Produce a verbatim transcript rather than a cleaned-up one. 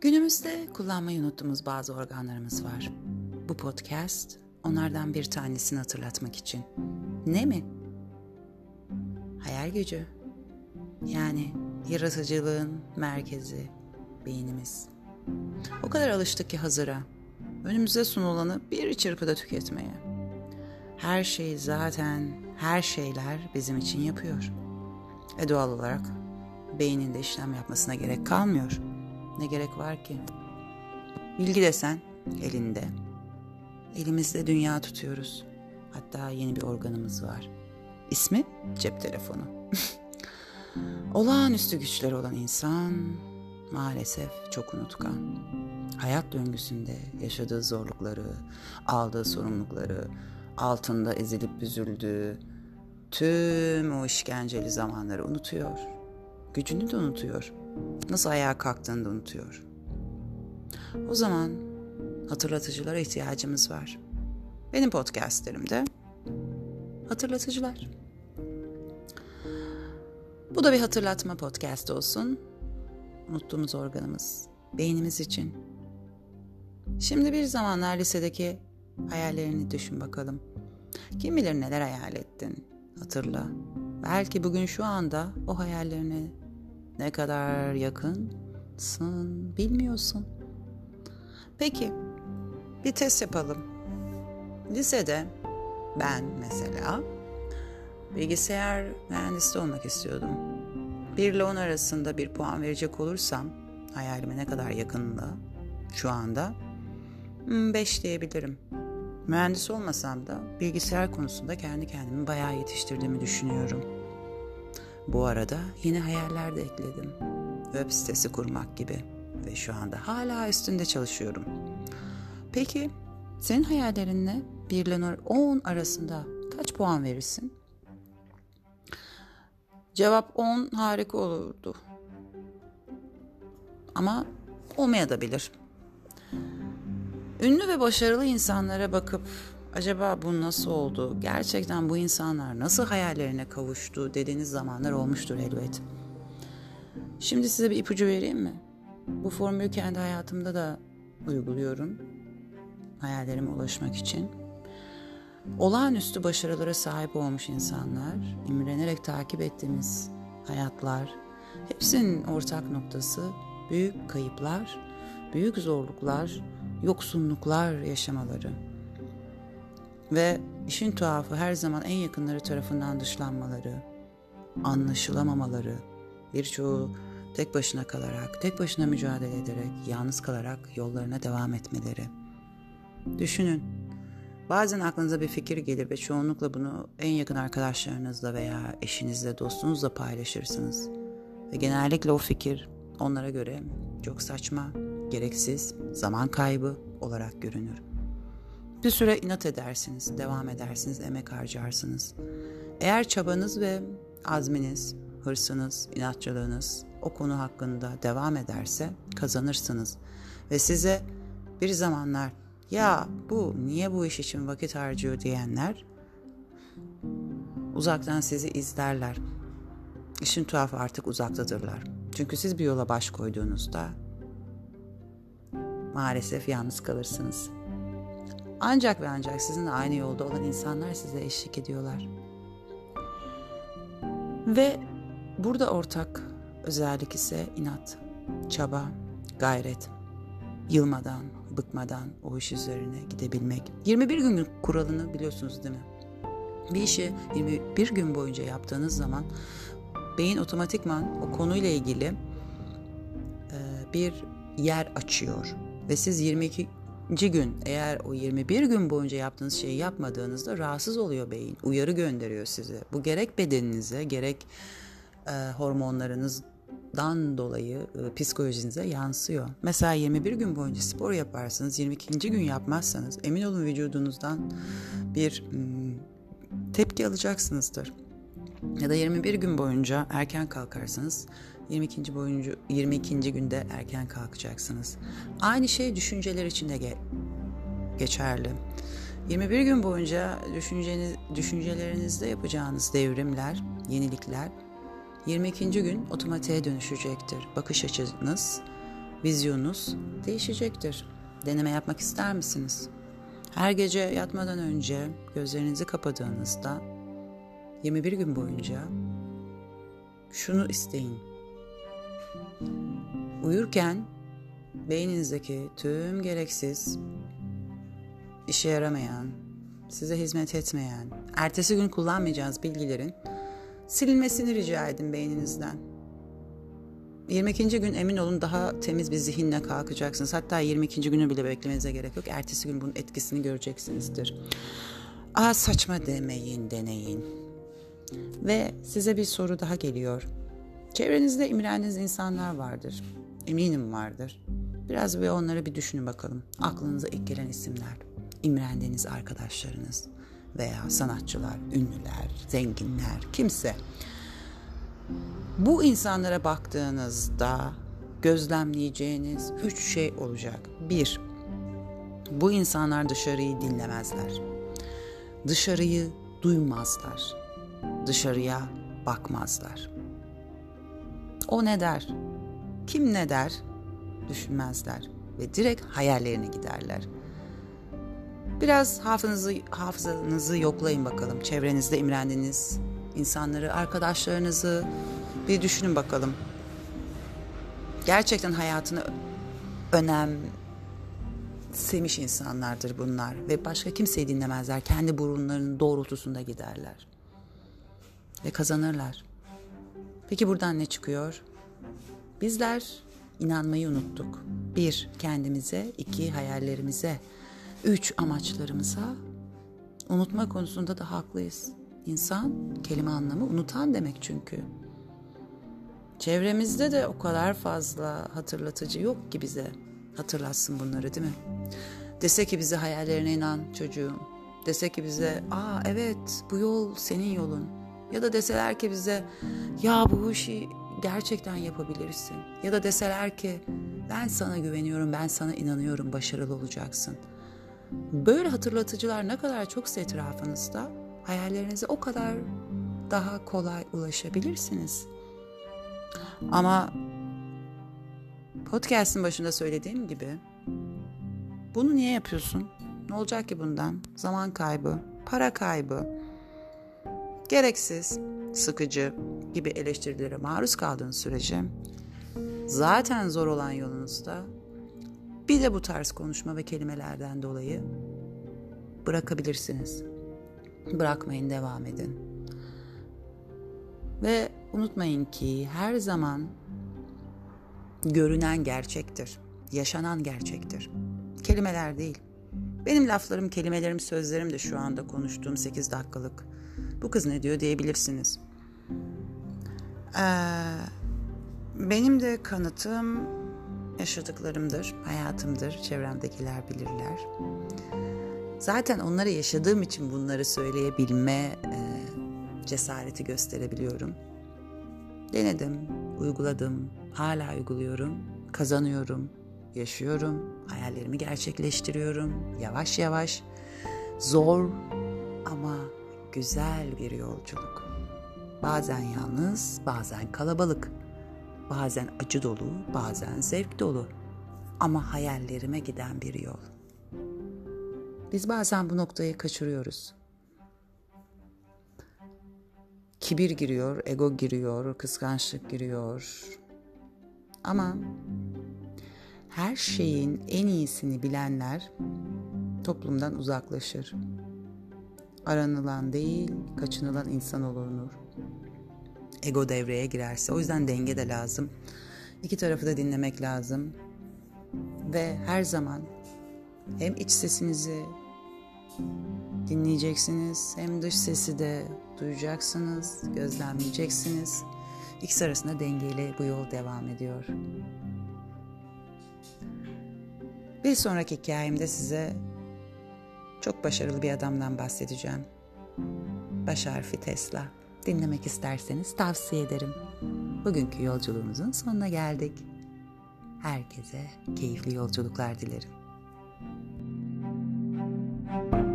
Günümüzde kullanmayı unuttuğumuz bazı organlarımız var. Bu podcast onlardan bir tanesini hatırlatmak için. Ne mi? Hayal gücü. Yani yaratıcılığın merkezi, beynimiz. O kadar alıştık ki hazıra, önümüze sunulanı bir çırpıda tüketmeye. Her şey zaten, her şeyler bizim için yapıyor. E doğal olarak beynin de işlem yapmasına gerek kalmıyor. Ne gerek var ki? Bilgi desen elinde. Elimizde dünya tutuyoruz. Hatta yeni bir organımız var. İsmi cep telefonu. Olağanüstü güçleri olan insan maalesef çok unutkan. Hayat döngüsünde yaşadığı zorlukları, aldığı sorumlulukları, altında ezilip büzüldüğü tüm o işkenceli zamanları unutuyor. Gücünü de unutuyor. Nasıl ayağa kalktığını da unutuyor. O zaman hatırlatıcılara ihtiyacımız var. Benim podcastlerimde hatırlatıcılar. Bu da bir hatırlatma podcast olsun. Unuttuğumuz organımız, beynimiz için. Şimdi bir zamanlar lisedeki hayallerini düşün bakalım. Kim bilir neler hayal ettin, hatırla. Belki bugün şu anda o hayallerine ne kadar yakınsın bilmiyorsun. Peki, bir test yapalım. Lisede ben mesela bilgisayar mühendisi olmak istiyordum. bir ile on arasında bir puan verecek olursam hayalime ne kadar yakınla şu anda beş diyebilirim. Mühendis olmasam da bilgisayar konusunda kendi kendimi bayağı yetiştirdiğimi düşünüyorum. Bu arada yeni hayaller de ekledim. Web sitesi kurmak gibi ve şu anda hala üstünde çalışıyorum. Peki senin hayallerin ne? bir ile on arasında kaç puan verirsin? Cevap on harika olurdu. Ama olmayabilir. Ünlü ve başarılı insanlara bakıp acaba bu nasıl oldu? Gerçekten bu insanlar nasıl hayallerine kavuştu dediğiniz zamanlar olmuştur elbet. Şimdi size bir ipucu vereyim mi? Bu formülü kendi hayatımda da uyguluyorum. Hayallerime ulaşmak için. Olağanüstü başarılara sahip olmuş insanlar, imrenerek takip ettiğimiz hayatlar, hepsinin ortak noktası büyük kayıplar, büyük zorluklar, yoksunluklar yaşamaları. Ve işin tuhafı her zaman en yakınları tarafından dışlanmaları, anlaşılamamaları, birçoğu tek başına kalarak, tek başına mücadele ederek, yalnız kalarak yollarına devam etmeleri. Düşünün, bazen aklınıza bir fikir gelir ve çoğunlukla bunu en yakın arkadaşlarınızla veya eşinizle, dostunuzla paylaşırsınız. Ve genellikle o fikir onlara göre çok saçma, gereksiz, zaman kaybı olarak görünür. Bir süre inat edersiniz, devam edersiniz, emek harcarsınız. Eğer çabanız ve azminiz, hırsınız, inatçılığınız o konu hakkında devam ederse kazanırsınız. Ve size bir zamanlar ya bu niye bu iş için vakit harcıyor diyenler uzaktan sizi izlerler. İşin tuhafı artık uzaktadırlar. Çünkü siz bir yola baş koyduğunuzda maalesef yalnız kalırsınız. Ancak ve ancak sizinle aynı yolda olan insanlar size eşlik ediyorlar. Ve burada ortak özellik ise inat, çaba, gayret. Yılmadan, bıkmadan o iş üzerine gidebilmek. yirmi bir gün kuralını biliyorsunuz değil mi? Bir işi yirmi bir gün boyunca yaptığınız zaman beyin otomatikman o konuyla ilgili e, bir yer açıyor. Ve siz yirmi ikinci gün eğer o yirmi bir gün boyunca yaptığınız şeyi yapmadığınızda rahatsız oluyor beyin. Uyarı gönderiyor size. Bu gerek bedeninize gerek e, hormonlarınızdan dolayı e, psikolojinize yansıyor. Mesela yirmi bir gün boyunca spor yaparsınız, yirmi ikinci gün yapmazsanız emin olun vücudunuzdan bir m, tepki alacaksınızdır. Ya da yirmi bir gün boyunca erken kalkarsanız yirmi ikinci boyunca yirmi ikinci günde erken kalkacaksınız. Aynı şey düşünceler için de ge- geçerli. yirmi bir gün boyunca düşünceniz, düşüncelerinizde yapacağınız devrimler, yenilikler yirmi ikinci gün otomatiğe dönüşecektir. Bakış açınız, vizyonunuz değişecektir. Deneme yapmak ister misiniz? Her gece yatmadan önce gözlerinizi kapadığınızda yirmi bir gün boyunca şunu isteyin. Uyurken beyninizdeki tüm gereksiz, işe yaramayan, size hizmet etmeyen, ertesi gün kullanmayacağınız bilgilerin silinmesini rica edin beyninizden. yirmi ikinci gün emin olun daha temiz bir zihinle kalkacaksınız. Hatta yirmi ikinci günü bile beklemenize gerek yok. Ertesi gün bunun etkisini göreceksinizdir. Aa saçma demeyin, deneyin. Ve size bir soru daha geliyor. Çevrenizde imrendiğiniz insanlar vardır. Eminim vardır. Biraz bir onları bir düşünün bakalım. Aklınıza ilk gelen isimler. İmrendiğiniz arkadaşlarınız veya sanatçılar, ünlüler, zenginler, kimse. Bu insanlara baktığınızda gözlemleyeceğiniz üç şey olacak. Bir, bu insanlar dışarıyı dinlemezler. Dışarıyı duymazlar. Dışarıya bakmazlar. O ne der? Kim ne der? Düşünmezler ve direkt hayallerine giderler. Biraz hafızanızı, hafızanızı yoklayın bakalım. Çevrenizde imrendiğiniz insanları, arkadaşlarınızı bir düşünün bakalım. Gerçekten hayatını önemsemiş insanlardır bunlar ve başka kimseyi dinlemezler. Kendi burunlarının doğrultusunda giderler ve kazanırlar. Peki buradan ne çıkıyor? Bizler inanmayı unuttuk. Bir, kendimize, iki, hayallerimize, üç, amaçlarımıza. Unutma konusunda da haklıyız. İnsan, kelime anlamı unutan demek çünkü. Çevremizde de o kadar fazla hatırlatıcı yok ki bize hatırlatsın bunları, değil mi? Dese ki bize hayallerine inan çocuğum. Dese ki bize, aa evet bu yol senin yolun. Ya da deseler ki bize, ya bu işi gerçekten yapabilirsin. Ya da deseler ki ben sana güveniyorum, ben sana inanıyorum, başarılı olacaksın. Böyle hatırlatıcılar ne kadar çoksa etrafınızda, hayallerinize o kadar daha kolay ulaşabilirsiniz. Ama podcast'ın başında söylediğim gibi bunu niye yapıyorsun? Ne olacak ki bundan? Zaman kaybı, para kaybı, gereksiz, sıkıcı gibi eleştirilere maruz kaldığınız sürece zaten zor olan yolunuzda bir de bu tarz konuşma ve kelimelerden dolayı bırakabilirsiniz. Bırakmayın, devam edin. Ve unutmayın ki her zaman görünen gerçektir, yaşanan gerçektir. Kelimeler değil. Benim laflarım, kelimelerim, sözlerim de şu anda konuştuğum sekiz dakikalık. Bu kız ne diyor diyebilirsiniz. Ee, benim de kanıtım yaşadıklarımdır, hayatımdır, çevremdekiler bilirler. Zaten onları yaşadığım için bunları söyleyebilme e, cesareti gösterebiliyorum. Denedim, uyguladım, hala uyguluyorum, kazanıyorum, yaşıyorum, hayallerimi gerçekleştiriyorum. Yavaş yavaş, zor ama güzel bir yolculuk. Bazen yalnız, bazen kalabalık, bazen acı dolu, bazen zevk dolu. Ama hayallerime giden bir yol. Biz bazen bu noktayı kaçırıyoruz. Kibir giriyor, ego giriyor, kıskançlık giriyor. Ama her şeyin en iyisini bilenler toplumdan uzaklaşır. Aranılan değil, kaçınılan insan olunur. Ego devreye girerse. O yüzden denge de lazım. İki tarafı da dinlemek lazım. Ve her zaman hem iç sesinizi dinleyeceksiniz, hem dış sesi de duyacaksınız, gözlemleyeceksiniz. İkisi arasında dengeyle bu yol devam ediyor. Bir sonraki hikayemde size çok başarılı bir adamdan bahsedeceğim. Baş harfi Tesla. Dinlemek isterseniz tavsiye ederim. Bugünkü yolculuğumuzun sonuna geldik. Herkese keyifli yolculuklar dilerim.